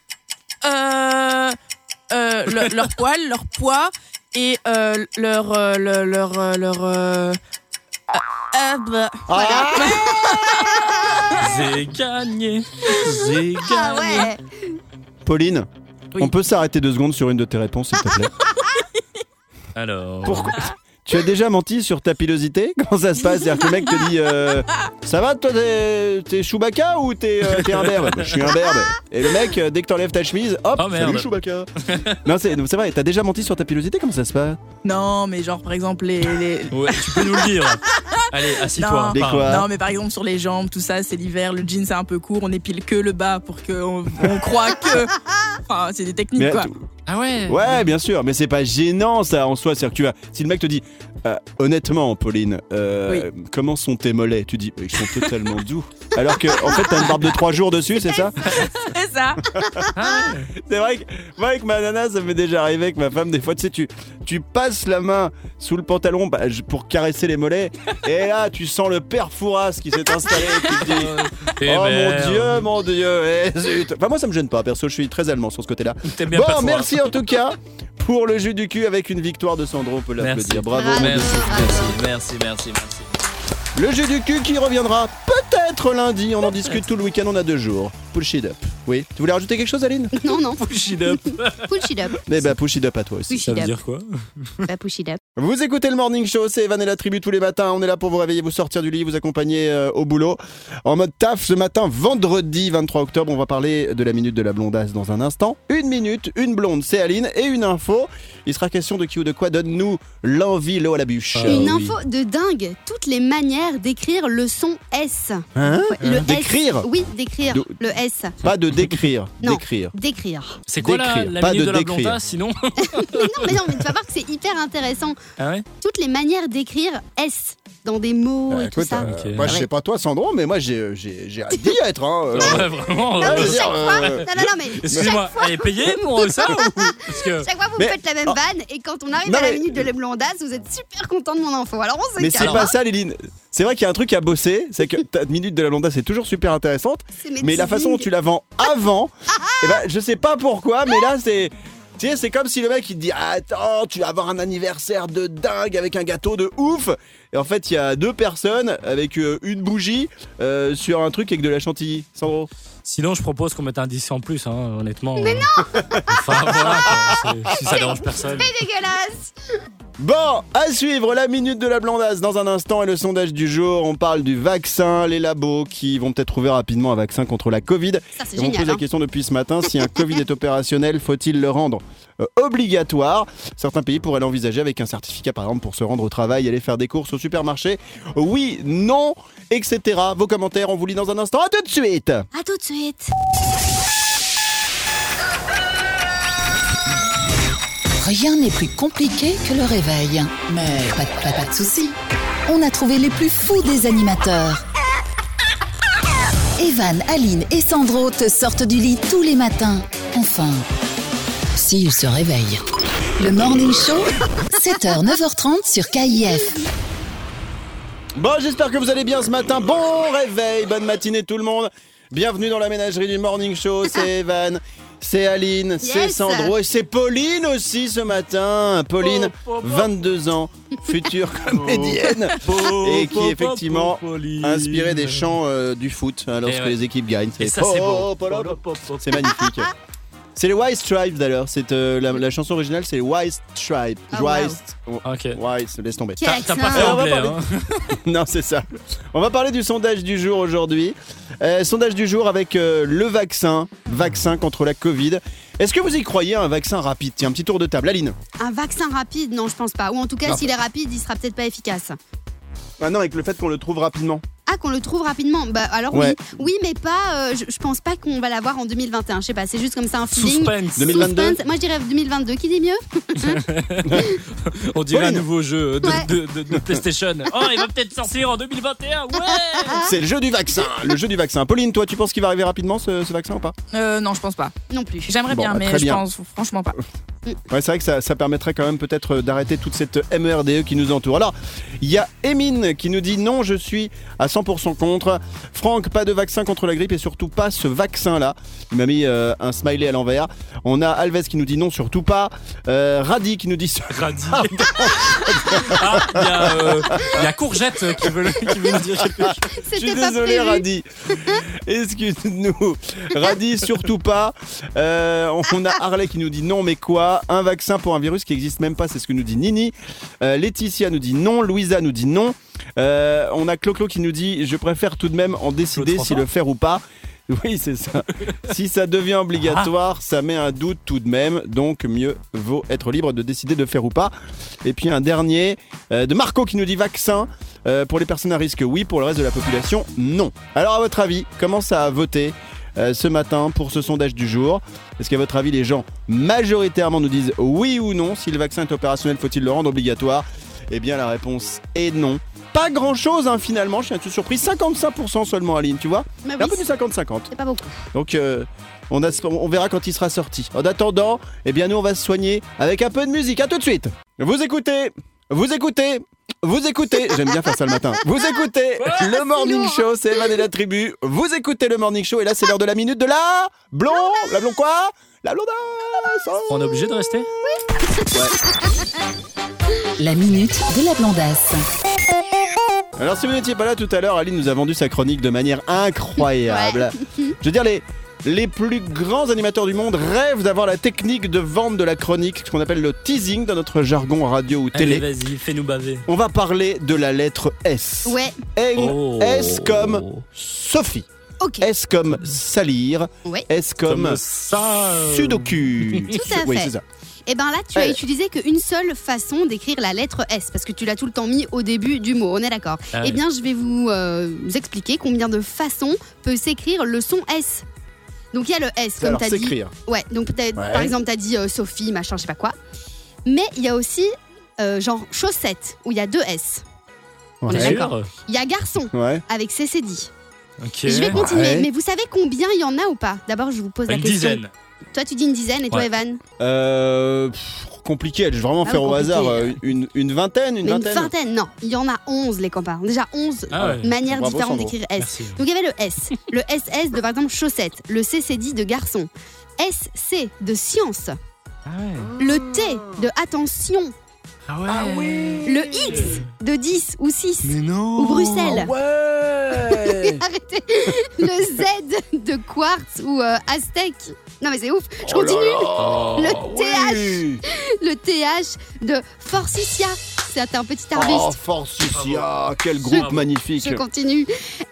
Leur poil, leur poids et J'ai gagné. Ah ouais. Pauline, on peut s'arrêter 2 secondes sur une de tes réponses, s'il te plaît? Alors. Pourquoi? Tu as déjà menti sur ta pilosité? Comment ça se passe? C'est-à-dire que le mec te dit ça va, toi, t'es Chewbacca ou t'es un berbe? Je suis un berbe. Et le mec, dès que t'enlèves ta chemise, hop, salut Chewbacca. Non, c'est vrai, t'as déjà menti sur ta pilosité? Comment ça se passe? Non, mais genre par exemple les... Ouais, tu peux nous le dire. Allez, assis-toi. Non, mais par exemple, sur les jambes, tout ça, c'est l'hiver, le jean, c'est un peu court, on épile que le bas pour qu'on croit que... Enfin, c'est des techniques, quoi. Ah ouais. Ouais, bien sûr, mais c'est pas gênant, ça, en soi. C'est-à-dire que si le mec te dit, honnêtement, Pauline, comment sont tes mollets ? Tu dis, ils sont totalement doux. Alors que, en fait, t'as une barbe de 3 jours dessus, c'est ça ? C'est ça. C'est vrai que moi, avec ma nana, ça m'est déjà arrivé avec ma femme. Des fois, tu sais, tu passes la main sous le pantalon pour caresser les mollets, et là, tu sens le père Fouras qui s'est installé et qui te dit, oh mon Dieu, zut. Enfin, moi, ça me gêne pas, perso, je suis très allemand sur ce côté-là. Bon, merci en tout cas pour le jus du cul avec une victoire de Sandro, on peut l'applaudir. Bravo. Merci. Le jus du cul qui reviendra peut-être lundi, on en discute tout le week-end, on a 2 jours. Push it up. Oui, tu voulais rajouter quelque chose, Aline ? Non. Push it up. Push it up. Eh ben, push it up à toi aussi. Ça veut dire quoi ? Push it up. Vous écoutez le Morning Show, c'est Evan et la tribu tous les matins. On est là pour vous réveiller, vous sortir du lit, vous accompagner au boulot. En mode taf, ce matin, vendredi 23 octobre, on va parler de la minute de la blondasse dans un instant. 1 minute, une blonde, c'est Aline, et une info. Il sera question de qui ou de quoi, donne-nous l'envie, l'eau à la bûche. Une info de dingue, toutes les manières d'écrire le son S. Hein ? Le d'écrire ? S. Oui, d'écrire le S. Pas de décrire, non, d'écrire. D'écrire. C'est quoi la minute de la blondasse, sinon ? mais non, mais tu vas voir que c'est hyper intéressant. Ah ouais ? Toutes les manières d'écrire S dans des mots et tout ça. Moi, je sais pas toi, Sandro, mais moi, j'ai hâte d'y être. Hein. Ouais, vraiment. Non, mais chaque fois... Non, mais excusez-moi, elle est payée pour ça ou... Parce que... Chaque fois, vous me faites la même vanne et quand on arrive à la minute de la blondasse, vous êtes super content de mon info. Alors, on se mais c'est pas ça, Liline. C'est vrai qu'il y a un truc à bosser, c'est que ta minute de la blondasse est toujours super intéressante, mais la façon dont tu la vends avant, je sais pas pourquoi, mais là, c'est... Tu sais, c'est comme si le mec il te dit attends, tu vas avoir un anniversaire de dingue avec un gâteau de ouf. Et en fait, il y a 2 personnes avec une bougie sur un truc avec de la chantilly. Sandro. Sinon, je propose qu'on mette un 10 en plus, hein, honnêtement. Mais non. Enfin, voilà, si ça dérange personne. C'est dégueulasse. Bon, à suivre la minute de la blondasse dans un instant et le sondage du jour. On parle du vaccin, les labos qui vont peut-être trouver rapidement un vaccin contre la Covid. Ça, c'est et on génial, pose la question depuis ce matin, si un Covid est opérationnel, faut-il le rendre obligatoire ? Certains pays pourraient l'envisager avec un certificat par exemple pour se rendre au travail, aller faire des courses au supermarché. Oui, non, etc. Vos commentaires, on vous lit dans un instant. À tout de suite. À tout de suite. Rien n'est plus compliqué que le réveil. Mais pas de soucis. On a trouvé les plus fous des animateurs. Evan, Aline et Sandro te sortent du lit tous les matins. Enfin, s'ils se réveillent. Le Morning Show, 7h, 9h30 sur KIF. Bon, j'espère que vous allez bien ce matin. Bon réveil, bonne matinée tout le monde. Bienvenue dans la ménagerie du Morning Show, c'est Evan. C'est Aline, c'est Sandro et c'est Pauline aussi ce matin. Pauline, 22 ans, future comédienne et qui est effectivement inspirée des chants du foot lorsque les équipes gagnent. Et ça, c'est beau. C'est magnifique. C'est les White Stripes d'ailleurs. C'est la chanson originale, c'est les White Stripes. White, laisse tomber. T'as pas fait anglais, hein. Non, c'est ça. On va parler du sondage du jour aujourd'hui. Sondage du jour avec le vaccin contre la Covid. Est-ce que vous y croyez à un vaccin rapide ? Tiens, un petit tour de table. Aline ? Un vaccin rapide ? Non, je pense pas. Ou en tout cas, s'il est rapide, il sera peut-être pas efficace. Ah non, avec le fait qu'on le trouve rapidement. Ah, qu'on le trouve rapidement. Bah alors ouais. Oui, mais pas. Je pense pas qu'on va l'avoir en 2021. Je sais pas, c'est juste comme ça un feeling. Suspense. 2022. Suspense. Moi, je dirais 2022. Qui dit mieux? On dirait un nouveau jeu de PlayStation. Oh, il va peut-être sortir en 2021. Ouais. C'est le jeu du vaccin. Le jeu du vaccin. Pauline, toi, tu penses qu'il va arriver rapidement ce vaccin ou pas? Non, je pense pas. Non plus. J'aimerais bien, mais je pense franchement pas. Ouais, c'est vrai que ça permettrait quand même peut-être d'arrêter toute cette MERDE qui nous entoure. Alors, il y a Emine qui nous dit non, je suis à 100% contre. Franck, pas de vaccin contre la grippe et surtout pas ce vaccin-là. Il m'a mis un smiley à l'envers. On a Alves qui nous dit non, surtout pas. Radi qui nous dit... Radi. Il y a Courgette qui veut nous dire quelque chose. Je suis désolé, Radi. Excuse-nous. Radi, surtout pas. On a Harley qui nous dit non, mais quoi? Un vaccin pour un virus qui n'existe même pas, c'est ce que nous dit Nini. Laetitia nous dit non. Louisa nous dit non. On a Clo-Clo qui nous dit je préfère tout de même en décider si le faire ou pas. Oui, c'est ça. Si ça devient obligatoire, ça met un doute tout de même. Donc, mieux vaut être libre de décider de faire ou pas. Et puis, un dernier de Marco qui nous dit vaccin. Pour les personnes à risque, oui. Pour le reste de la population, non. Alors, à votre avis, comment ça a voté ce matin pour ce sondage du jour? Est-ce qu'à votre avis, les gens majoritairement nous disent oui ou non? Si le vaccin est opérationnel, faut-il le rendre obligatoire? Eh bien, la réponse est non. Pas grand-chose, finalement. Je suis un peu surpris. 55% seulement, Aline, tu vois? Oui. Un peu du 50-50. C'est pas beaucoup. Donc, on verra quand il sera sorti. En attendant, eh bien, nous, on va se soigner avec un peu de musique. À tout de suite. Vous écoutez. J'aime bien faire ça le matin. Vous écoutez le Morning Show, c'est Evan et la tribu. Vous écoutez le Morning Show et là, c'est l'heure de la minute de la blonde. La blonde quoi? La blondasse. On est obligé de rester? Oui. Ouais. La minute de la blondasse. Alors si vous n'étiez pas là tout à l'heure, Aline nous a vendu sa chronique de manière incroyable. Ouais. Je veux dire, les plus grands animateurs du monde rêvent d'avoir la technique de vente de la chronique, ce qu'on appelle le teasing dans notre jargon radio ou télé. Allez, vas-y, fais-nous baver. On va parler de la lettre S. Ouais. S comme Sophie. Ok. S comme salir. Ouais. S comme sudoku. Tout à fait. Oui, c'est ça. Et ben là, tu as utilisé qu'une seule façon d'écrire la lettre S, parce que tu l'as tout le temps mis au début du mot, on est d'accord. Eh bien, je vais vous expliquer combien de façons peut s'écrire le son S. Donc il y a le S, comme tu as dit. Ouais, donc par exemple, tu as dit Sophie, machin, je sais pas quoi. Mais il y a aussi genre chaussette, où il y a 2 S. On est d'accord. Il y a garçon, avec CCD. Okay. Je vais continuer, mais vous savez combien il y en a ou pas? D'abord, je vous pose la question. Une dizaine. Toi, tu dis une dizaine, et toi, Evan? Compliqué, je vais vraiment faire au hasard. Une vingtaine, Une vingtaine, non. Il y en a 11, les copains. Déjà 11 manières différentes d'écrire S. Merci. Donc, il y avait le S. Le SS de, par exemple, chaussette. Le CCD de garçon. SC de science. Le T de attention. Le X de 10 ou 6. Mais non. Ou Bruxelles. Arrêtez. Le Z de quartz ou aztèque. Non mais c'est ouf. Je continue. Le TH de forsythia. C'est un petit arbuste. Oh, forsythia, quel groupe magnifique. Je continue.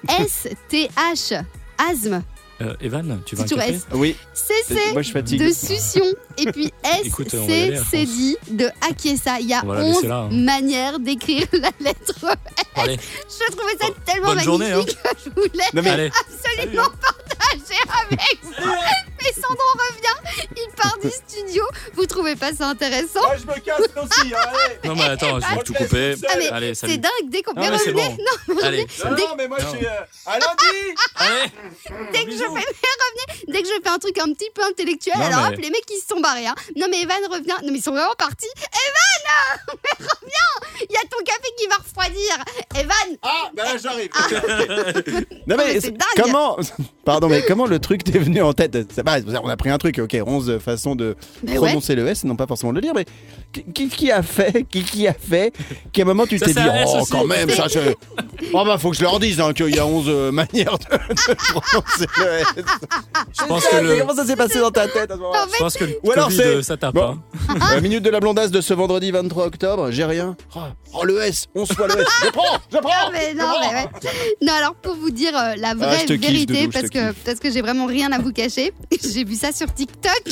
STH, asthme. Evan, tu vas un café? Oui. CC moi, je fatigue. de succion. Et puis SCCD de acquiesça. Il y a 11 manières d'écrire la lettre S. Je trouvais ça tellement magnifique que je voulais absolument partager avec vous. Mais Sandro revient, il part du studio. Vous trouvez pas ça intéressant? Moi, je me casse aussi. Allez. Non mais attends, je vais tout couper. Allez, c'est dingue, dès qu'on peut revenir. Bon. Non, mais moi je suis à lundi. Allez. Dès que je fais un truc un petit peu intellectuel, hop, les mecs ils se sont barrés. Non mais Evan revient. Non mais ils sont vraiment partis. Evan, mais reviens. Il y a ton café qui va refroidir. Evan. Ah, ben là j'arrive. Non mais c'est dingue. Comment? Pardon, mais comment le truc t'est venu en tête? On a pris un truc, 11 façons de prononcer le S, non pas forcément de le dire, mais qui a fait qu'à un moment tu t'es dit quand même ça faut que je leur dise qu'il y a 11 manières de prononcer le S. Je pense que comment ça s'est passé dans ta tête à ce moment-là? Je pense que le Covid, ça tape. La minute de la blondasse de ce vendredi 23 octobre, j'ai rien. Oh le S, 11 fois le S. Je prends. Non, alors pour vous dire la vraie vérité, parce que j'ai vraiment rien à vous cacher, j'ai vu ça sur TikTok.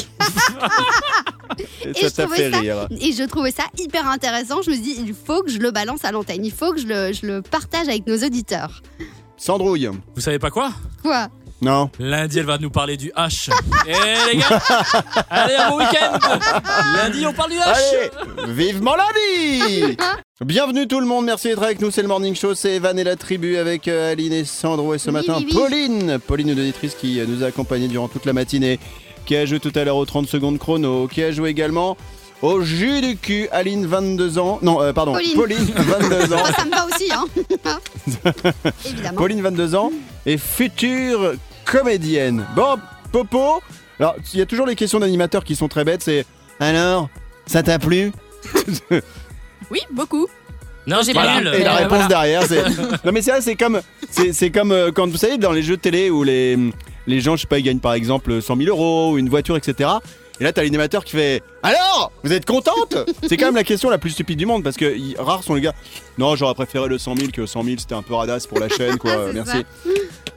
Et ça t'a fait rire. Et je trouvais ça hyper intéressant. Je me suis dit, il faut que je le balance à l'antenne. Il faut que je le partage avec nos auditeurs. Sandrouille. Vous savez pas quoi? Quoi? Non. Lundi, elle va nous parler du H. Les gars, allez, un bon week-end. Lundi, on parle du H. Allez, vivement lundi. Bienvenue tout le monde, merci d'être avec nous, c'est le Morning Show, c'est Evan et la tribu avec Aline et Sandro et ce matin Pauline, une auditrice qui nous a accompagnés durant toute la matinée, qui a joué tout à l'heure aux 30 secondes chrono, qui a joué également au jus du cul, Aline 22 ans, Pauline 22 ans. Ça me va aussi, évidemment. Pauline 22 ans et future comédienne. Bon, Popo, alors il y a toujours les questions d'animateurs qui sont très bêtes, c'est alors, ça t'a plu? Oui, beaucoup. Non, j'ai pas nul. Et la réponse derrière, c'est. Non, mais c'est vrai, c'est comme quand vous savez, dans les jeux de télé où les gens, je sais pas, ils gagnent par exemple 100 000 €, une voiture, etc. Et là, t'as l'animateur qui fait alors, vous êtes contente? C'est quand même la question la plus stupide du monde parce que rares sont les gars. Non, j'aurais préféré le 100 000 que 100 000, c'était un peu radasse pour la chaîne, quoi. Merci.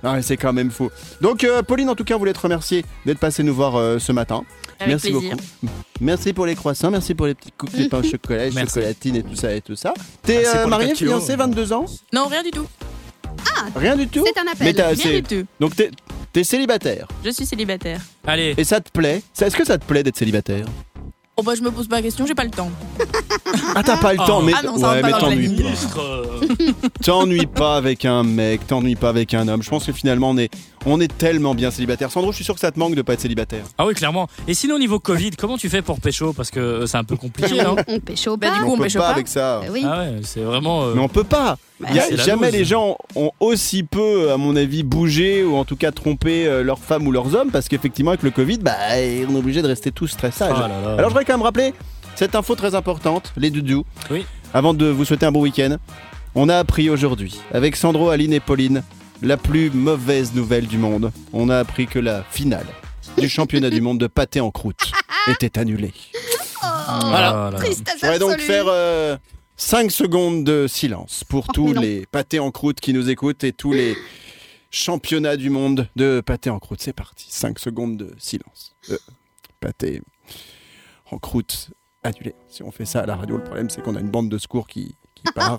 Non, mais c'est quand même fou. Donc, Pauline, en tout cas, voulait te remercier d'être passée nous voir ce matin. Avec merci plaisir. Beaucoup. Merci pour les croissants, merci pour les petites cookies, pain au chocolat, chocolatine et tout ça. T'es mariée, fiancée, 22 ans? Non, rien du tout. Rien du tout? C'est un appel. Rien du tout. Donc, t'es célibataire? Je suis célibataire. Allez. Et ça te plaît? Est-ce que ça te plaît d'être célibataire? Oh bah je me pose pas la question, j'ai pas le temps. Ah t'as pas le temps, mais non, ça va pas dans t'ennuies le pas. T'ennuies pas avec un mec, t'ennuies pas avec un homme. Je pense que finalement on est tellement bien célibataire. Sandro, je suis sûr que ça te manque de pas être célibataire. Ah oui, clairement. Et sinon, au niveau Covid, comment tu fais pour pécho? Parce que c'est un peu compliqué, non? On pécho Bah, pas. du coup, On peut pécho pas pas avec ça. Oui. Ah ouais, c'est vraiment. Mais on peut pas. c'est la Jamais dose. les gens ont aussi peu, à mon avis, bougé ou en tout cas trompé leurs femmes ou leurs hommes parce qu'effectivement avec le Covid, on est obligé de rester tous très sages. Oh là là. Alors je voudrais quand même rappeler cette info très importante, les doudous. Oui. Avant de vous souhaiter un bon week-end, on a appris aujourd'hui, avec Sandro, Aline et Pauline, la plus mauvaise nouvelle du monde. On a appris que la finale du championnat du monde de pâté en croûte était annulée. Voilà. Tristesse Je voudrais donc absolue. faire 5 secondes de silence pour tous mais non. les pâtés en croûte qui nous écoutent et tous les championnats du monde de pâté en croûte. C'est parti, 5 secondes de silence. Pâté en croûte annulé. Si on fait ça à la radio, le problème c'est qu'on a une bande de secours qui part.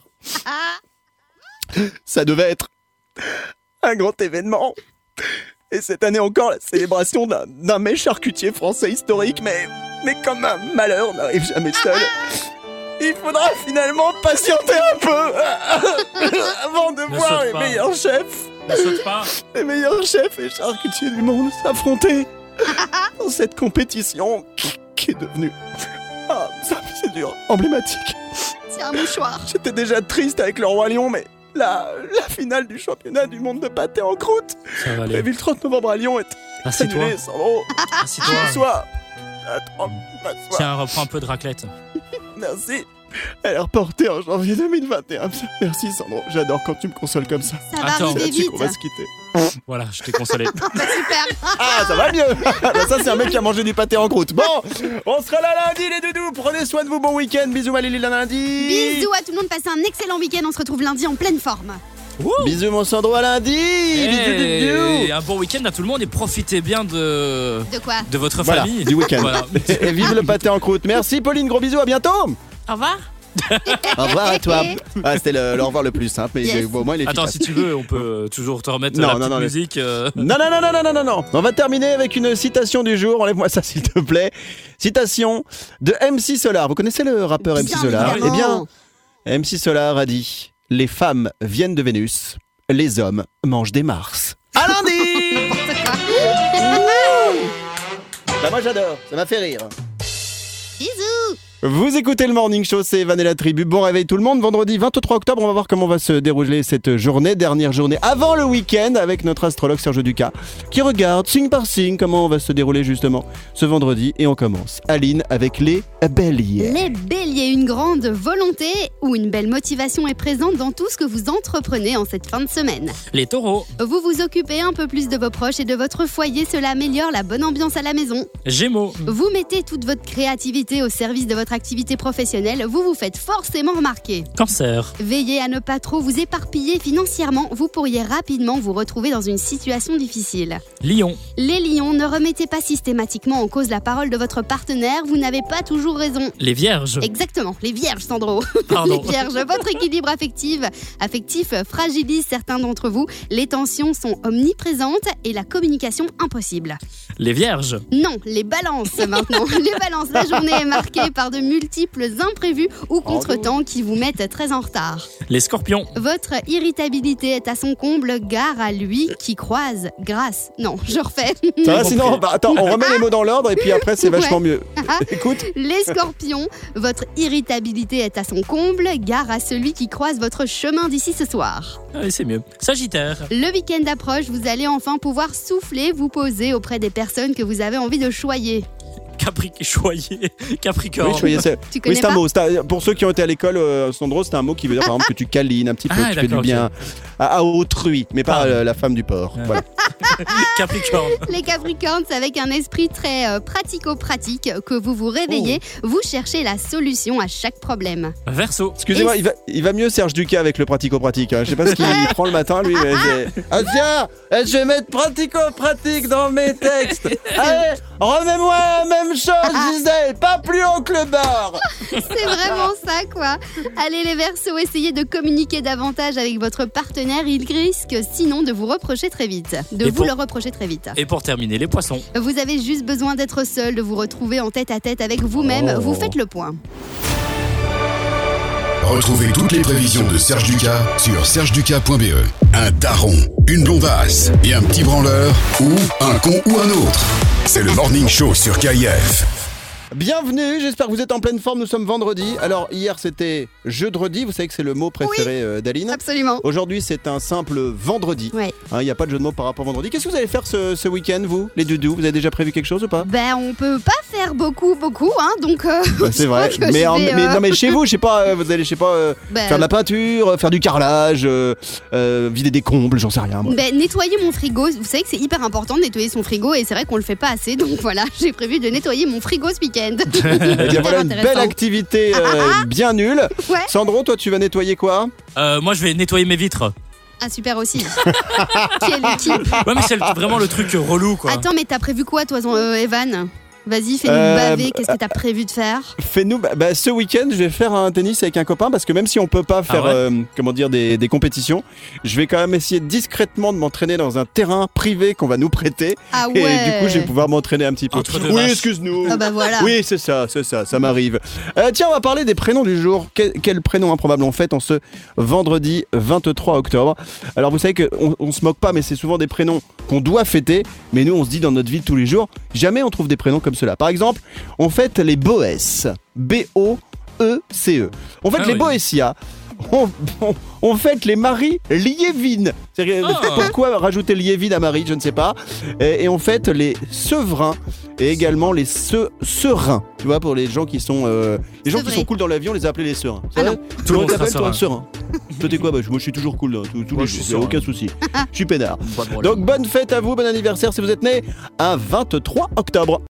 Ça devait être un grand événement. Et cette année encore, la célébration d'un mets charcutier français historique, mais comme un malheur n'arrive jamais seul, il faudra finalement patienter un peu avant de Ne voir saute les pas. meilleurs chefs, Ne saute pas. les meilleurs chefs et charcutiers du monde s'affronter dans cette compétition qui est devenue ça c'est dur, emblématique. C'est un mouchoir. J'étais déjà triste avec le Roi Lion, mais la finale du championnat du monde de pâté en croûte, Ça va aller. prévue le 30 novembre à Lyon, est Assieds-toi. annulée, Sandro. Assieds-toi. M'assois. Attends, m'assois. Tiens, reprends un peu de raclette. Merci. Elle est reportée en janvier 2021. Merci Sandro, j'adore quand tu me consoles comme ça. Ça va Attends. arriver Là-dessus vite. qu'on va se quitter. Voilà, je t'ai consolé. Super. Ah, ça va mieux. Ça c'est un mec qui a mangé du pâté en croûte. Bon, on sera là lundi les doudous. Prenez soin de vous, bon week-end. Bisous Malélie le lundi. Bisous à tout le monde, passez un excellent week-end. On se retrouve lundi en pleine forme. Bisous mon Sandro à lundi. Bisous Et doudous. un bon week-end à tout le monde et profitez bien de De quoi? votre Voilà, famille. du week-end. Voilà. Et vive le pâté en croûte. Merci Pauline, gros bisous, à bientôt. Au revoir. Au revoir à toi. Ah, c'était le au revoir le plus simple, mais Yes. au moins il est Attends, efficace. si tu veux, on peut toujours te remettre Non, la non, petite non, mais- musique. Non. On va terminer avec une citation du jour. Enlève-moi ça, s'il te plaît. Citation de MC Solar. Vous connaissez le rappeur MC Bien Solar? évidemment. Eh bien, MC Solar a dit: les femmes viennent de Vénus, les hommes mangent des Mars. À lundi. Bah, moi j'adore, ça m'a fait rire. Bisous. Vous écoutez le Morning Show, c'est Van et la Tribu. Bon réveil tout le monde. Vendredi 23 octobre, on va voir comment va se dérouler cette journée, dernière journée avant le week-end, avec notre astrologue Serge Ducas, qui regarde signe par signe comment on va se dérouler justement ce vendredi. Et on commence, Aline, avec les béliers. Les béliers, une grande volonté ou une belle motivation est présente dans tout ce que vous entreprenez en cette fin de semaine. Les taureaux. Vous vous occupez un peu plus de vos proches et de votre foyer, cela améliore la bonne ambiance à la maison. Gémeaux. Vous mettez toute votre créativité au service de votre activité professionnelle, vous vous faites forcément remarquer. Cancer. Veillez à ne pas trop vous éparpiller financièrement, vous pourriez rapidement vous retrouver dans une situation difficile. Lion. Les lions, ne remettez pas systématiquement en cause la parole de votre partenaire, vous n'avez pas toujours raison. Les vierges. Exactement, les vierges, Sandro. Pardon. Les vierges, votre équilibre affectif fragilise certains d'entre vous, les tensions sont omniprésentes et la communication impossible. Les vierges. Non, les balances maintenant. Les balances, la journée est marquée par de multiples imprévus ou contretemps qui vous mettent très en retard. Les scorpions. Votre irritabilité est à son comble, gare à lui qui croise grâce. Non, je refais. Ça va sinon, attends, on remet les mots dans l'ordre et puis après c'est vachement Ouais. mieux. Écoute. Les scorpions, votre irritabilité est à son comble, gare à celui qui croise votre chemin d'ici ce soir. Allez, c'est mieux. Sagittaire. Le week-end approche, vous allez enfin pouvoir souffler, vous poser auprès des personnes que vous avez envie de choyer. Choyer. Capricorne. Oui, choyer, c'est Tu connais c'est un pas mot. Pour ceux qui ont été à l'école, Sandro, c'est un mot qui veut dire par exemple que tu câlines un petit peu, Ah, que tu fais du d'accord, bien à autrui, mais pas Pardon. la femme du porc. Ah. Voilà. Capricorne. Les Capricornes, c'est avec un esprit très pratico-pratique que vous vous réveillez. Vous cherchez la solution à chaque problème. Verseau. Excusez-moi, il va mieux Serge Ducas avec le pratico-pratique. Hein. Je sais pas ce qu'il prend le matin, lui. Mais ah tiens, je vais mettre pratico-pratique dans mes textes. Allez, remets-moi la même chose, Gisèle. Pas plus haut que le bord. C'est vraiment ça, quoi. Allez, les Verseaux, essayez de communiquer davantage avec votre partenaire. Il risque sinon de vous reprocher très vite. Le reprocher très vite. Et pour terminer, les Poissons. Vous avez juste besoin d'être seul, de vous retrouver en tête à tête avec vous-même. Vous faites le point. Retrouvez toutes les prévisions de Serge Ducas sur sergeducas.be. Un daron, une blondasse et un petit branleur ou un con ou un autre. C'est le Morning Show sur KIF. Bienvenue, j'espère que vous êtes en pleine forme, nous sommes vendredi. Alors hier c'était jeudredi, vous savez que c'est le mot préféré d'Aline. Absolument. Aujourd'hui c'est un simple vendredi. Ouais. Il n'y a pas de jeu de mots par rapport au vendredi. Qu'est-ce que vous allez faire ce week-end, vous, les doudous? Vous avez déjà prévu quelque chose ou pas? On peut pas faire beaucoup, hein, donc... c'est vrai, mais chez vous, je sais pas, vous allez, faire de la peinture, faire du carrelage, vider des combles, j'en sais rien. Moi. Nettoyer mon frigo, vous savez que c'est hyper important de nettoyer son frigo et c'est vrai qu'on le fait pas assez, donc voilà, j'ai prévu de nettoyer mon frigo ce week-end. Voilà une belle activité bien nulle. Ouais. Sandro, toi tu vas nettoyer quoi? Moi je vais nettoyer mes vitres. Ah super aussi. Quelle équipe. Ouais mais c'est vraiment le truc relou quoi. Attends mais t'as prévu quoi toi Evan? Vas-y, fais-nous baver, qu'est-ce que t'as prévu de faire? Fais-nous, ce week-end, je vais faire un tennis avec un copain parce que même si on peut pas faire des compétitions, je vais quand même essayer discrètement de m'entraîner dans un terrain privé qu'on va nous prêter. Ah ouais. Et du coup, je vais pouvoir m'entraîner un petit peu. Oui, excuse-nous. Ah voilà. Oui, c'est ça m'arrive. Tiens, on va parler des prénoms du jour. Quel prénom improbable on fête en ce vendredi 23 octobre. Alors vous savez qu'on se moque pas, mais c'est souvent des prénoms qu'on doit fêter. Mais nous, on se dit dans notre vie de tous les jours, jamais on trouve des prénoms comme cela. Par exemple, on fête les Boès, B-O-E-C-E. On fête les Boétia. On fête les Marie Liévin. Pourquoi rajouter Liévin à Marie, je ne sais pas. Et on fête les Sevrins et également les Serins. Tu vois, pour les gens qui sont qui sont cool dans l'avion, on les a appelés les Serins. Tout le monde t'appelle toi Serin. Toi t'es quoi? Moi je suis toujours cool tous les jours, aucun souci. Je suis peinard. Donc bonne fête à vous, bon anniversaire si vous êtes né un 23 octobre.